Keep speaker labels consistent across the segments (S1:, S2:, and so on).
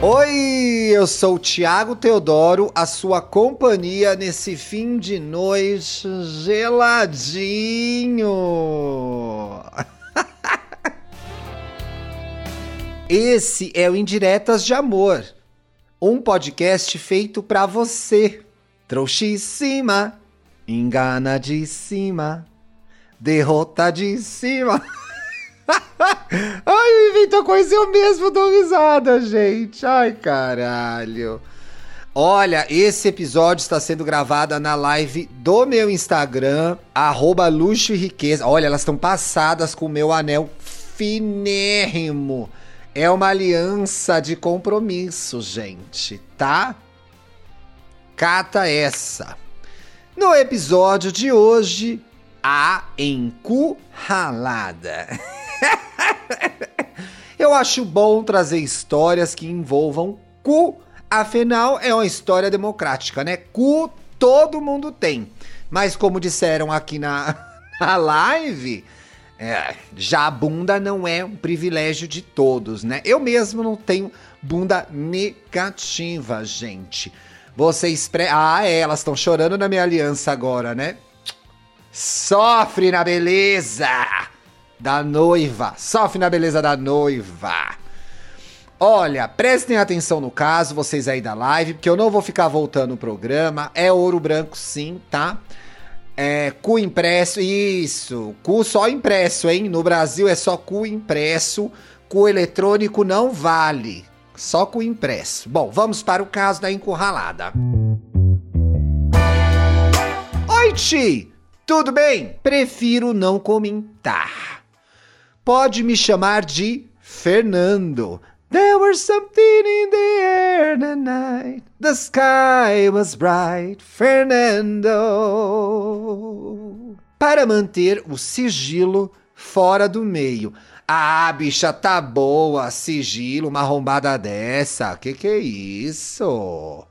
S1: Oi, eu sou o Thiago Teodoro, a sua companhia nesse fim de noite geladinho. Esse é o Indiretas de Amor, um podcast feito pra você, trouxíssima, enganadíssima, derrotadíssima. Ai, eu invento a coisa, eu mesmo dou risada, gente. Ai, caralho. Olha, esse episódio está sendo gravado na live do meu Instagram, @luxo e riqueza. Olha, elas estão passadas com o meu anel finérrimo. É uma aliança de compromisso, gente, tá? Cata essa. No episódio de hoje, a encurralada. Eu acho bom trazer histórias que envolvam cu. Afinal, é uma história democrática, né? Cu todo mundo tem. Mas como disseram aqui na live, já a bunda não é um privilégio de todos, né? Eu mesmo não tenho bunda negativa, gente. Vocês... elas estão chorando na minha aliança agora, né? Sofre na beleza da noiva. Sofre na beleza da noiva. Olha, prestem atenção no caso, vocês aí da live, porque eu não vou ficar voltando o programa. É ouro branco sim, tá? Cu impresso, isso. Cu só impresso, hein? No Brasil é só cu impresso. Cu eletrônico não vale. Só cu impresso. Bom, vamos para o caso da encurralada. Oi, Ti! Tudo bem? Prefiro não comentar. Pode me chamar de Fernando. There was something in the air that night. The sky was bright. Fernando. Para manter o sigilo fora do meio. Ah, bicha, tá boa. Sigilo, uma arrombada dessa. Que é isso?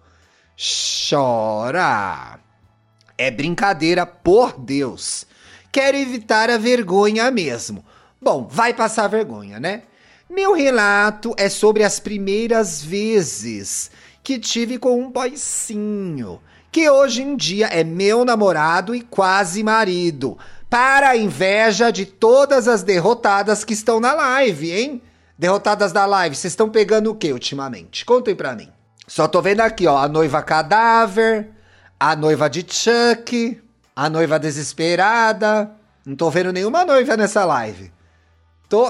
S1: Chora. É brincadeira, por Deus. Quero evitar a vergonha mesmo. Bom, vai passar vergonha, né? Meu relato é sobre as primeiras vezes que tive com um boicinho, que hoje em dia é meu namorado e quase marido, para a inveja de todas as derrotadas que estão na live, hein? Derrotadas da live, vocês estão pegando o que ultimamente? Contem pra mim. Só tô vendo aqui, ó, a noiva cadáver, a noiva de Chuck, a noiva desesperada. Não tô vendo nenhuma noiva nessa live. Tô...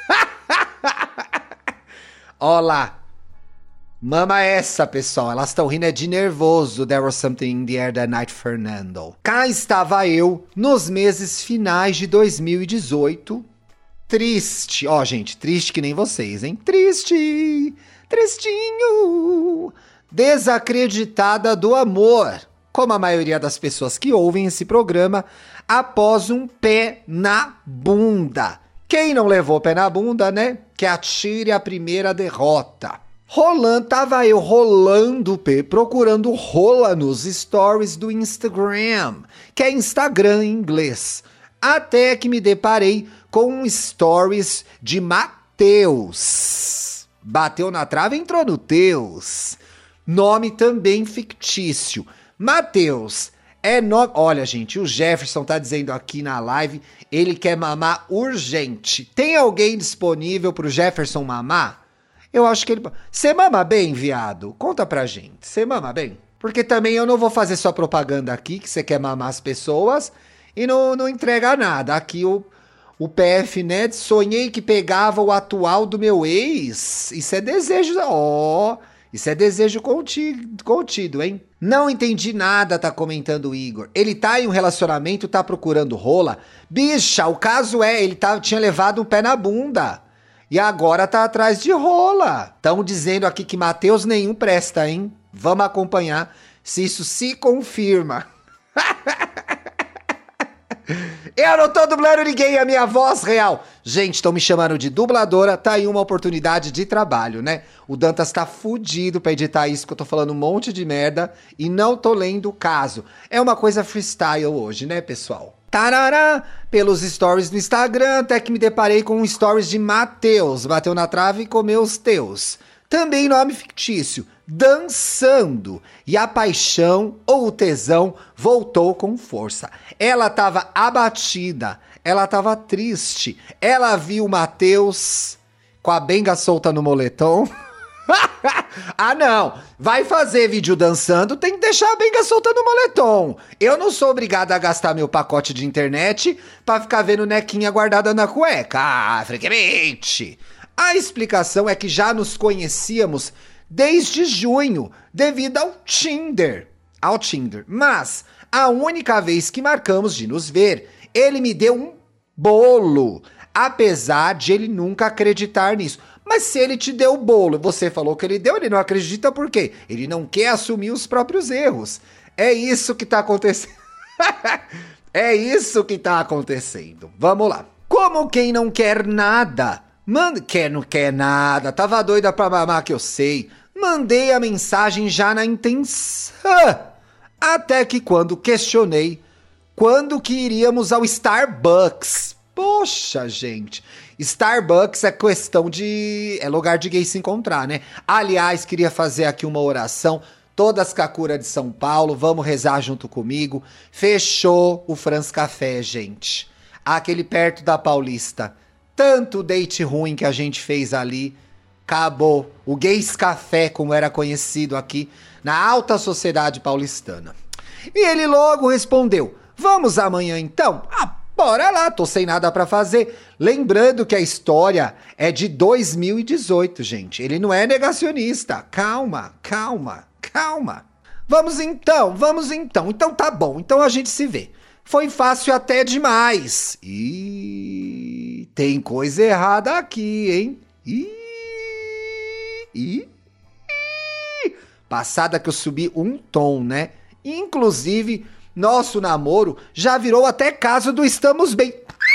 S1: Ó lá. Mama essa, pessoal. Elas estão rindo de nervoso. There was something in the air that night, Fernando. Cá estava eu, nos meses finais de 2018. Triste. Ó, gente, triste que nem vocês, hein? Triste. Tristinho. Desacreditada do amor. Como a maioria das pessoas que ouvem esse programa, após um pé na bunda. Quem não levou pé na bunda, né? Que atire a primeira derrota. Tava eu rolando o pé, procurando rola nos stories do Instagram, que é Instagram em inglês. Até que me deparei com um stories de Matheus. Bateu na trave, entrou no Teus. Nome também fictício. Matheus é nome... Olha, gente, o Jefferson tá dizendo aqui na live, ele quer mamar urgente. Tem alguém disponível pro Jefferson mamar? Eu acho que ele... Você mama bem, viado? Conta pra gente. Você mama bem? Porque também eu não vou fazer sua propaganda aqui, que você quer mamar as pessoas, e não entrega nada. Aqui o PF, né? Sonhei que pegava o atual do meu ex. Isso é desejo... Isso é desejo contido, hein? Não entendi nada, tá comentando o Igor. Ele tá em um relacionamento, tá procurando rola? Bicha, o caso é, ele tinha levado um pé na bunda. E agora tá atrás de rola. Tão dizendo aqui que Matheus nenhum presta, hein? Vamos acompanhar se isso se confirma. Eu não tô dublando ninguém, a minha voz real. Gente, estão me chamando de dubladora, tá aí uma oportunidade de trabalho, né? O Dantas tá fudido pra editar isso, que eu tô falando um monte de merda e não tô lendo o caso. É uma coisa freestyle hoje, né, pessoal? Tarará! Pelos stories do Instagram, até que me deparei com um stories de Matheus. Bateu na trave e comeu os teus. Também nome fictício, dançando. E a paixão ou o tesão voltou com força. Ela estava abatida, ela estava triste. Ela viu o Matheus com a benga solta no moletom. Ah, não. Vai fazer vídeo dançando, tem que deixar a benga solta no moletom. Eu não sou obrigada a gastar meu pacote de internet pra ficar vendo nequinha guardada na cueca. Ah, frequentemente. A explicação é que já nos conhecíamos desde junho, devido ao Tinder. Mas, a única vez que marcamos de nos ver, ele me deu um bolo. Apesar de ele nunca acreditar nisso. Mas se ele te deu o bolo e você falou que ele deu, ele não acredita por quê? Ele não quer assumir os próprios erros. É isso que tá acontecendo. É isso que tá acontecendo. Vamos lá. Como quem não quer nada. Não quer nada. Tava doida pra mamar que eu sei. Mandei a mensagem já na intenção. Até que quando questionei quando que iríamos ao Starbucks. Poxa, gente, Starbucks é questão de... é lugar de gay se encontrar, né? Aliás, queria fazer aqui uma oração. Todas Kakura de São Paulo, vamos rezar junto comigo. Fechou o Franz Café, gente. Aquele perto da Paulista. Tanto date ruim que a gente fez ali. Acabou. O Gays Café, como era conhecido aqui, na alta sociedade paulistana. E ele logo respondeu, vamos amanhã então? Bora lá, tô sem nada pra fazer. Lembrando que a história é de 2018, gente. Ele não é negacionista. Calma. Vamos então. Então tá bom, então a gente se vê. Foi fácil até demais. Ih, tem coisa errada aqui, hein? Passada que eu subi um tom, né? Inclusive... nosso namoro já virou até caso do Estamos Bem.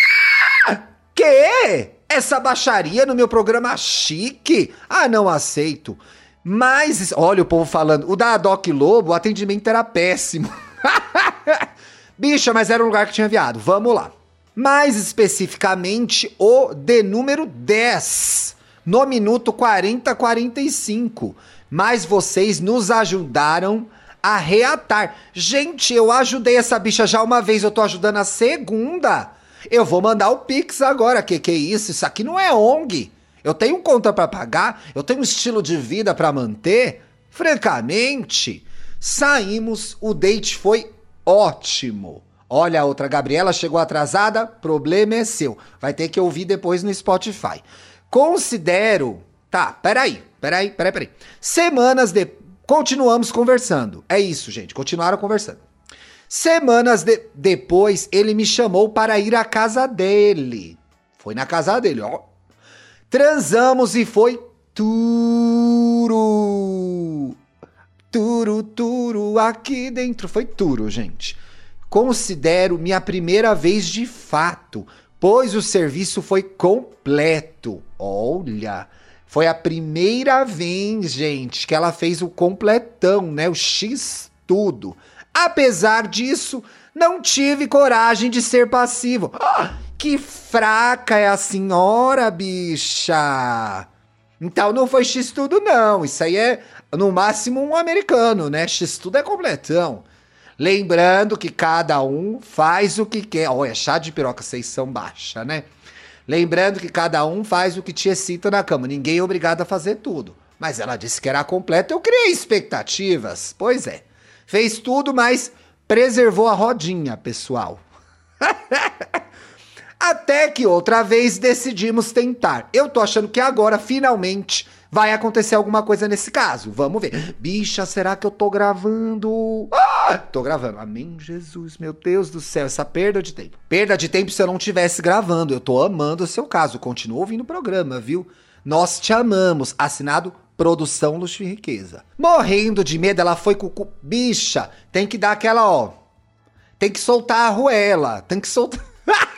S1: Quê? Essa baixaria no meu programa chique? Ah, não aceito. Mas, olha o povo falando, o da Doc Lobo, o atendimento era péssimo. Bicha, mas era um lugar que tinha viado. Vamos lá. Mais especificamente, o de número 10. No minuto 40:45. Mas vocês nos ajudaram a reatar. Gente, eu ajudei essa bicha já uma vez, eu tô ajudando a segunda. Eu vou mandar o Pix agora. Que é isso? Isso aqui não é ONG. Eu tenho conta pra pagar, eu tenho um estilo de vida pra manter. Francamente, saímos, o date foi ótimo. Olha a outra, Gabriela chegou atrasada, problema é seu. Vai ter que ouvir depois no Spotify. Considero... Tá, peraí. Semanas depois... continuamos conversando. É isso, gente. Continuaram conversando. Semanas depois, ele me chamou para ir à casa dele. Foi na casa dele, ó. Transamos e foi turo. Turo, aqui dentro. Foi turo, gente. Considero minha primeira vez de fato, pois o serviço foi completo. Olha... foi a primeira vez, gente, que ela fez o completão, né? O X tudo. Apesar disso, não tive coragem de ser passivo. Que fraca é a senhora, bicha! Então não foi X tudo, não. Isso aí é, no máximo, um americano, né? X tudo é completão. Lembrando que cada um faz o que quer. Olha, chá de piroca, vocês são baixa, né? Lembrando que cada um faz o que te excita na cama. Ninguém é obrigado a fazer tudo. Mas ela disse que era completa. Eu criei expectativas. Pois é. Fez tudo, mas preservou a rodinha, pessoal. Até que outra vez decidimos tentar. Eu tô achando que agora, finalmente, vai acontecer alguma coisa nesse caso. Vamos ver. Bicha, será que eu tô gravando? Tô gravando. Amém, Jesus, meu Deus do céu. Essa perda de tempo. Perda de tempo se eu não estivesse gravando. Eu tô amando o seu caso. Continua ouvindo o programa, viu? Nós te amamos. Assinado Produção Luxo e Riqueza. Morrendo de medo, ela foi com o... Bicha, tem que dar aquela, ó. Tem que soltar a arruela. Tem que soltar...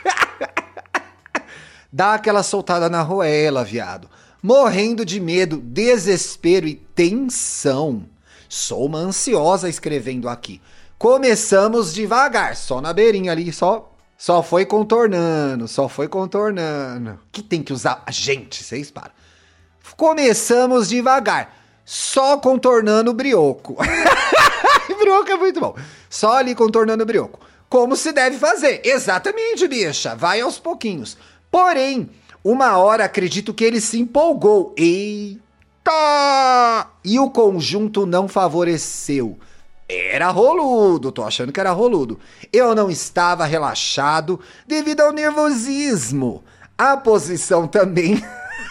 S1: Dá aquela soltada na arruela, viado. Morrendo de medo, desespero e tensão. Sou uma ansiosa escrevendo aqui. Começamos devagar, só na beirinha ali, só foi contornando. Que tem que usar... Gente, vocês param. Começamos devagar, só contornando o brioco. Brioco é muito bom. Só ali contornando o brioco. Como se deve fazer. Exatamente, bicha. Vai aos pouquinhos. Porém, uma hora acredito que ele se empolgou. Eita! E o conjunto não favoreceu. Era roludo, tô achando que era roludo. Eu não estava relaxado devido ao nervosismo. A posição também...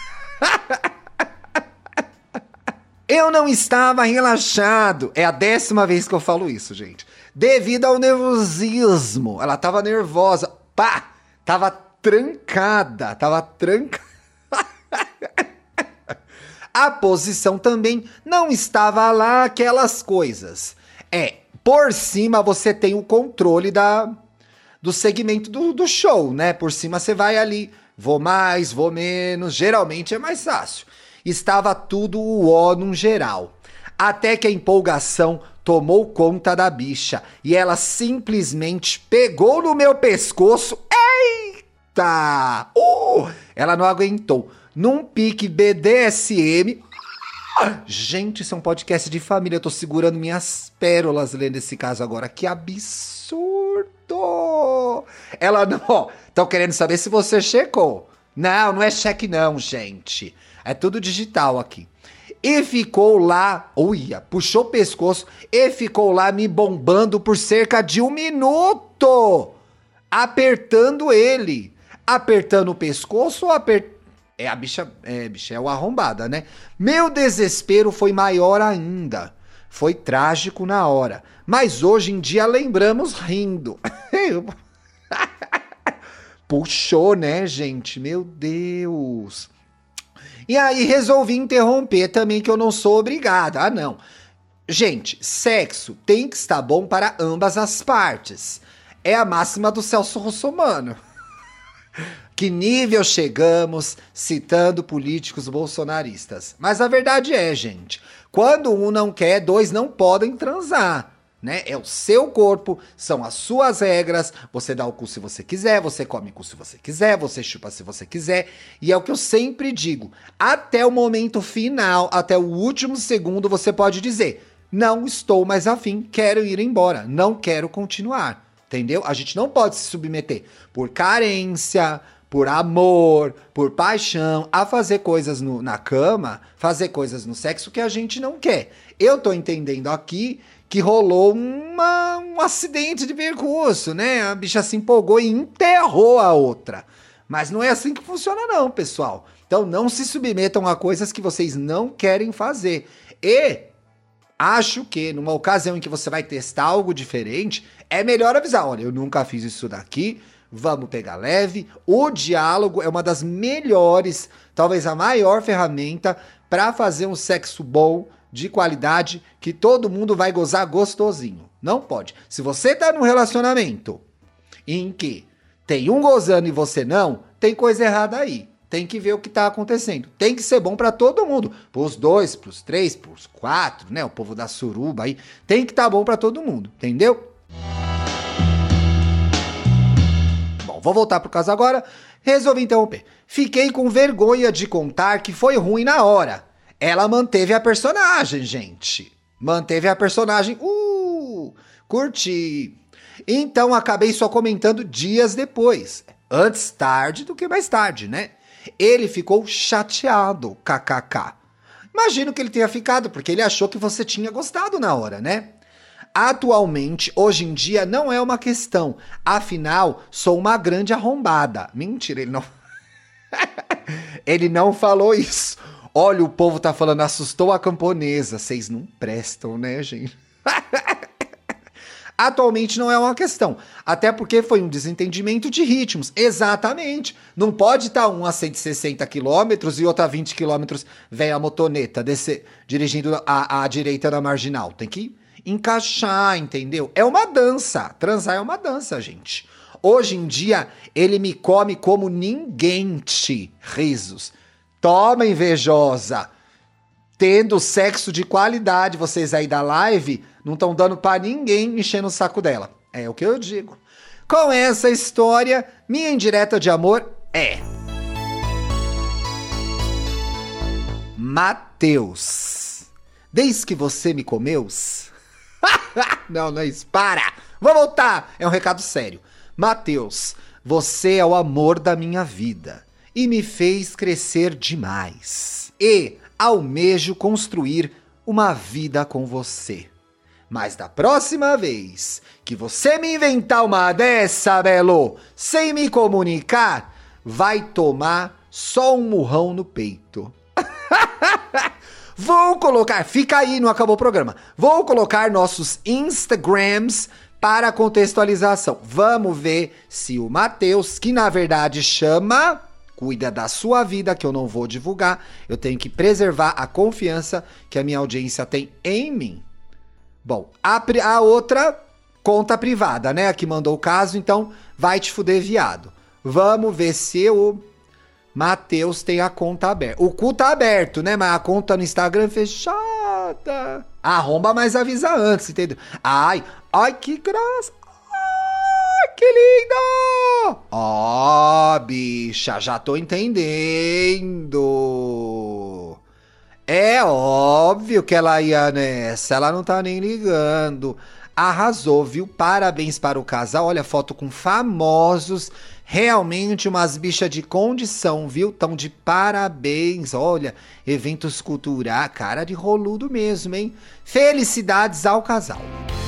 S1: Eu não estava relaxado. É a 10ª vez que eu falo isso, gente. Devido ao nervosismo. Ela tava nervosa. Pá! Tava trancada. A posição também não estava lá aquelas coisas. Por cima você tem o controle do segmento do show, né? Por cima você vai ali, vou mais, vou menos, geralmente é mais fácil. Estava tudo uó num geral. Até que a empolgação tomou conta da bicha e ela simplesmente pegou no meu pescoço. Eita! Ela não aguentou. Num pique BDSM. Gente, isso é um podcast de família. Eu tô segurando minhas pérolas lendo esse caso agora. Que absurdo! Ela não... Estão querendo saber se você checou. Não é cheque não, gente. É tudo digital aqui. E ficou lá... puxou o pescoço e ficou lá me bombando por cerca de 1 minuto. Apertando ele. Apertando o pescoço ou apertando... A bicha é o arrombada, né? Meu desespero foi maior ainda. Foi trágico na hora. Mas hoje em dia lembramos rindo. Puxou, né, gente? Meu Deus. E aí resolvi interromper também, que eu não sou obrigada. Ah, não. Gente, sexo tem que estar bom para ambas as partes. É a máxima do Celso Russomano. Que nível chegamos citando políticos bolsonaristas? Mas a verdade é, gente, quando um não quer, 2 não podem transar, né? É o seu corpo, são as suas regras, você dá o cu se você quiser, você come o cu se você quiser, você chupa se você quiser, e é o que eu sempre digo, até o momento final, até o último segundo, você pode dizer, não estou mais afim, quero ir embora, não quero continuar, entendeu? A gente não pode se submeter por carência, por amor, por paixão, a fazer coisas na cama, fazer coisas no sexo que a gente não quer. Eu tô entendendo aqui que rolou um acidente de percurso, né? A bicha se empolgou e enterrou a outra. Mas não é assim que funciona não, pessoal. Então não se submetam a coisas que vocês não querem fazer. E acho que numa ocasião em que você vai testar algo diferente, é melhor avisar, olha, eu nunca fiz isso daqui, vamos pegar leve. O diálogo é uma das melhores, talvez a maior ferramenta para fazer um sexo bom, de qualidade, que todo mundo vai gozar gostosinho. Não pode. Se você tá num relacionamento em que tem um gozando e você não, tem coisa errada aí. Tem que ver o que tá acontecendo. Tem que ser bom para todo mundo. Pros 2, pros 3, pros 4, né? O povo da suruba aí. Tem que tá bom para todo mundo, entendeu? Vou voltar pro caso agora, resolvi interromper. Fiquei com vergonha de contar que foi ruim na hora. Ela manteve a personagem, gente. Manteve a personagem. Curti. Então acabei só comentando dias depois. Antes tarde do que mais tarde, né? Ele ficou chateado, kkk. Imagino que ele tenha ficado, porque ele achou que você tinha gostado na hora, né? Atualmente, hoje em dia, não é uma questão. Afinal, sou uma grande arrombada. Mentira, ele não... Ele não falou isso. Olha, o povo tá falando, assustou a camponesa. Vocês não prestam, né, gente? Atualmente não é uma questão. Até porque foi um desentendimento de ritmos. Exatamente. Não pode estar um a 160 km e outro a 20 km, velha motoneta, dirigindo à direita da marginal. Tem que encaixar, entendeu? É uma dança. Transar é uma dança, gente. Hoje em dia, ele me come como ninguém, risos. Toma, invejosa. Tendo sexo de qualidade, vocês aí da live não estão dando pra ninguém enchendo o saco dela. É o que eu digo. Com essa história, minha indireta de amor é... Matheus, desde que você me comeu... Não, não é isso. Para! Vou voltar! É um recado sério. Matheus, você é o amor da minha vida e me fez crescer demais. E almejo construir uma vida com você. Mas da próxima vez que você me inventar uma dessa, Belo, sem me comunicar, vai tomar só um murrão no peito. Vou colocar, fica aí, não acabou o programa. Vou colocar nossos Instagrams para contextualização. Vamos ver se o Matheus, que na verdade chama... Cuida da sua vida, que eu não vou divulgar. Eu tenho que preservar a confiança que a minha audiência tem em mim. Bom, a outra conta privada, né? A que mandou o caso, então vai te fuder, viado. Vamos ver se o Matheus tem a conta aberta. O cu tá aberto, né? Mas a conta no Instagram é fechada. Arromba, mas avisa antes, entendeu? Ai, que graça. Que lindo! Ó, bicha, já tô entendendo. É óbvio que ela ia nessa, ela não tá nem ligando. Arrasou, viu? Parabéns para o casal. Olha, foto com famosos. Realmente umas bichas de condição, viu? Tão de parabéns. Olha, eventos culturais. Cara de roludo mesmo, hein? Felicidades ao casal.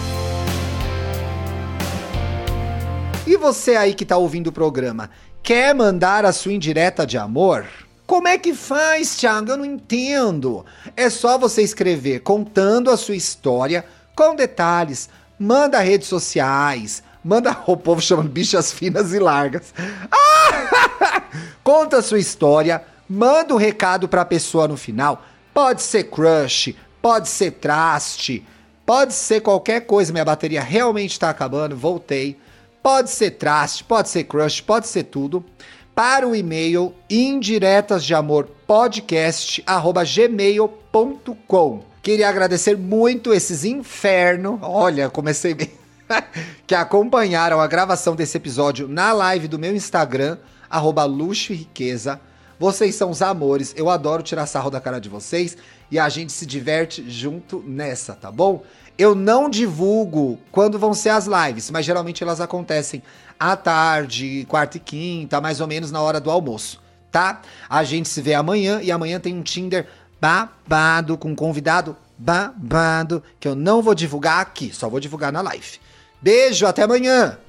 S1: E você aí que tá ouvindo o programa, quer mandar a sua indireta de amor? Como é que faz, Thiago? Eu não entendo. É só você escrever contando a sua história com detalhes. Manda redes sociais. Manda... O povo chama bichas finas e largas. Conta a sua história. Manda um recado pra pessoa no final. Pode ser crush, pode ser traste, pode ser qualquer coisa. Minha bateria realmente tá acabando, voltei. Pode ser traste, pode ser crush, pode ser tudo. Para o e-mail indiretasdeamorpodcast@gmail.com. Queria agradecer muito esses infernos, olha, comecei bem, que acompanharam a gravação desse episódio na live do meu Instagram, @luxo e riqueza. Vocês são os amores, eu adoro tirar sarro da cara de vocês e a gente se diverte junto nessa, tá bom? Eu não divulgo quando vão ser as lives, mas geralmente elas acontecem à tarde, quarta e quinta, mais ou menos na hora do almoço, tá? A gente se vê amanhã e amanhã tem um Tinder babado com um convidado babado que eu não vou divulgar aqui, só vou divulgar na live. Beijo, até amanhã!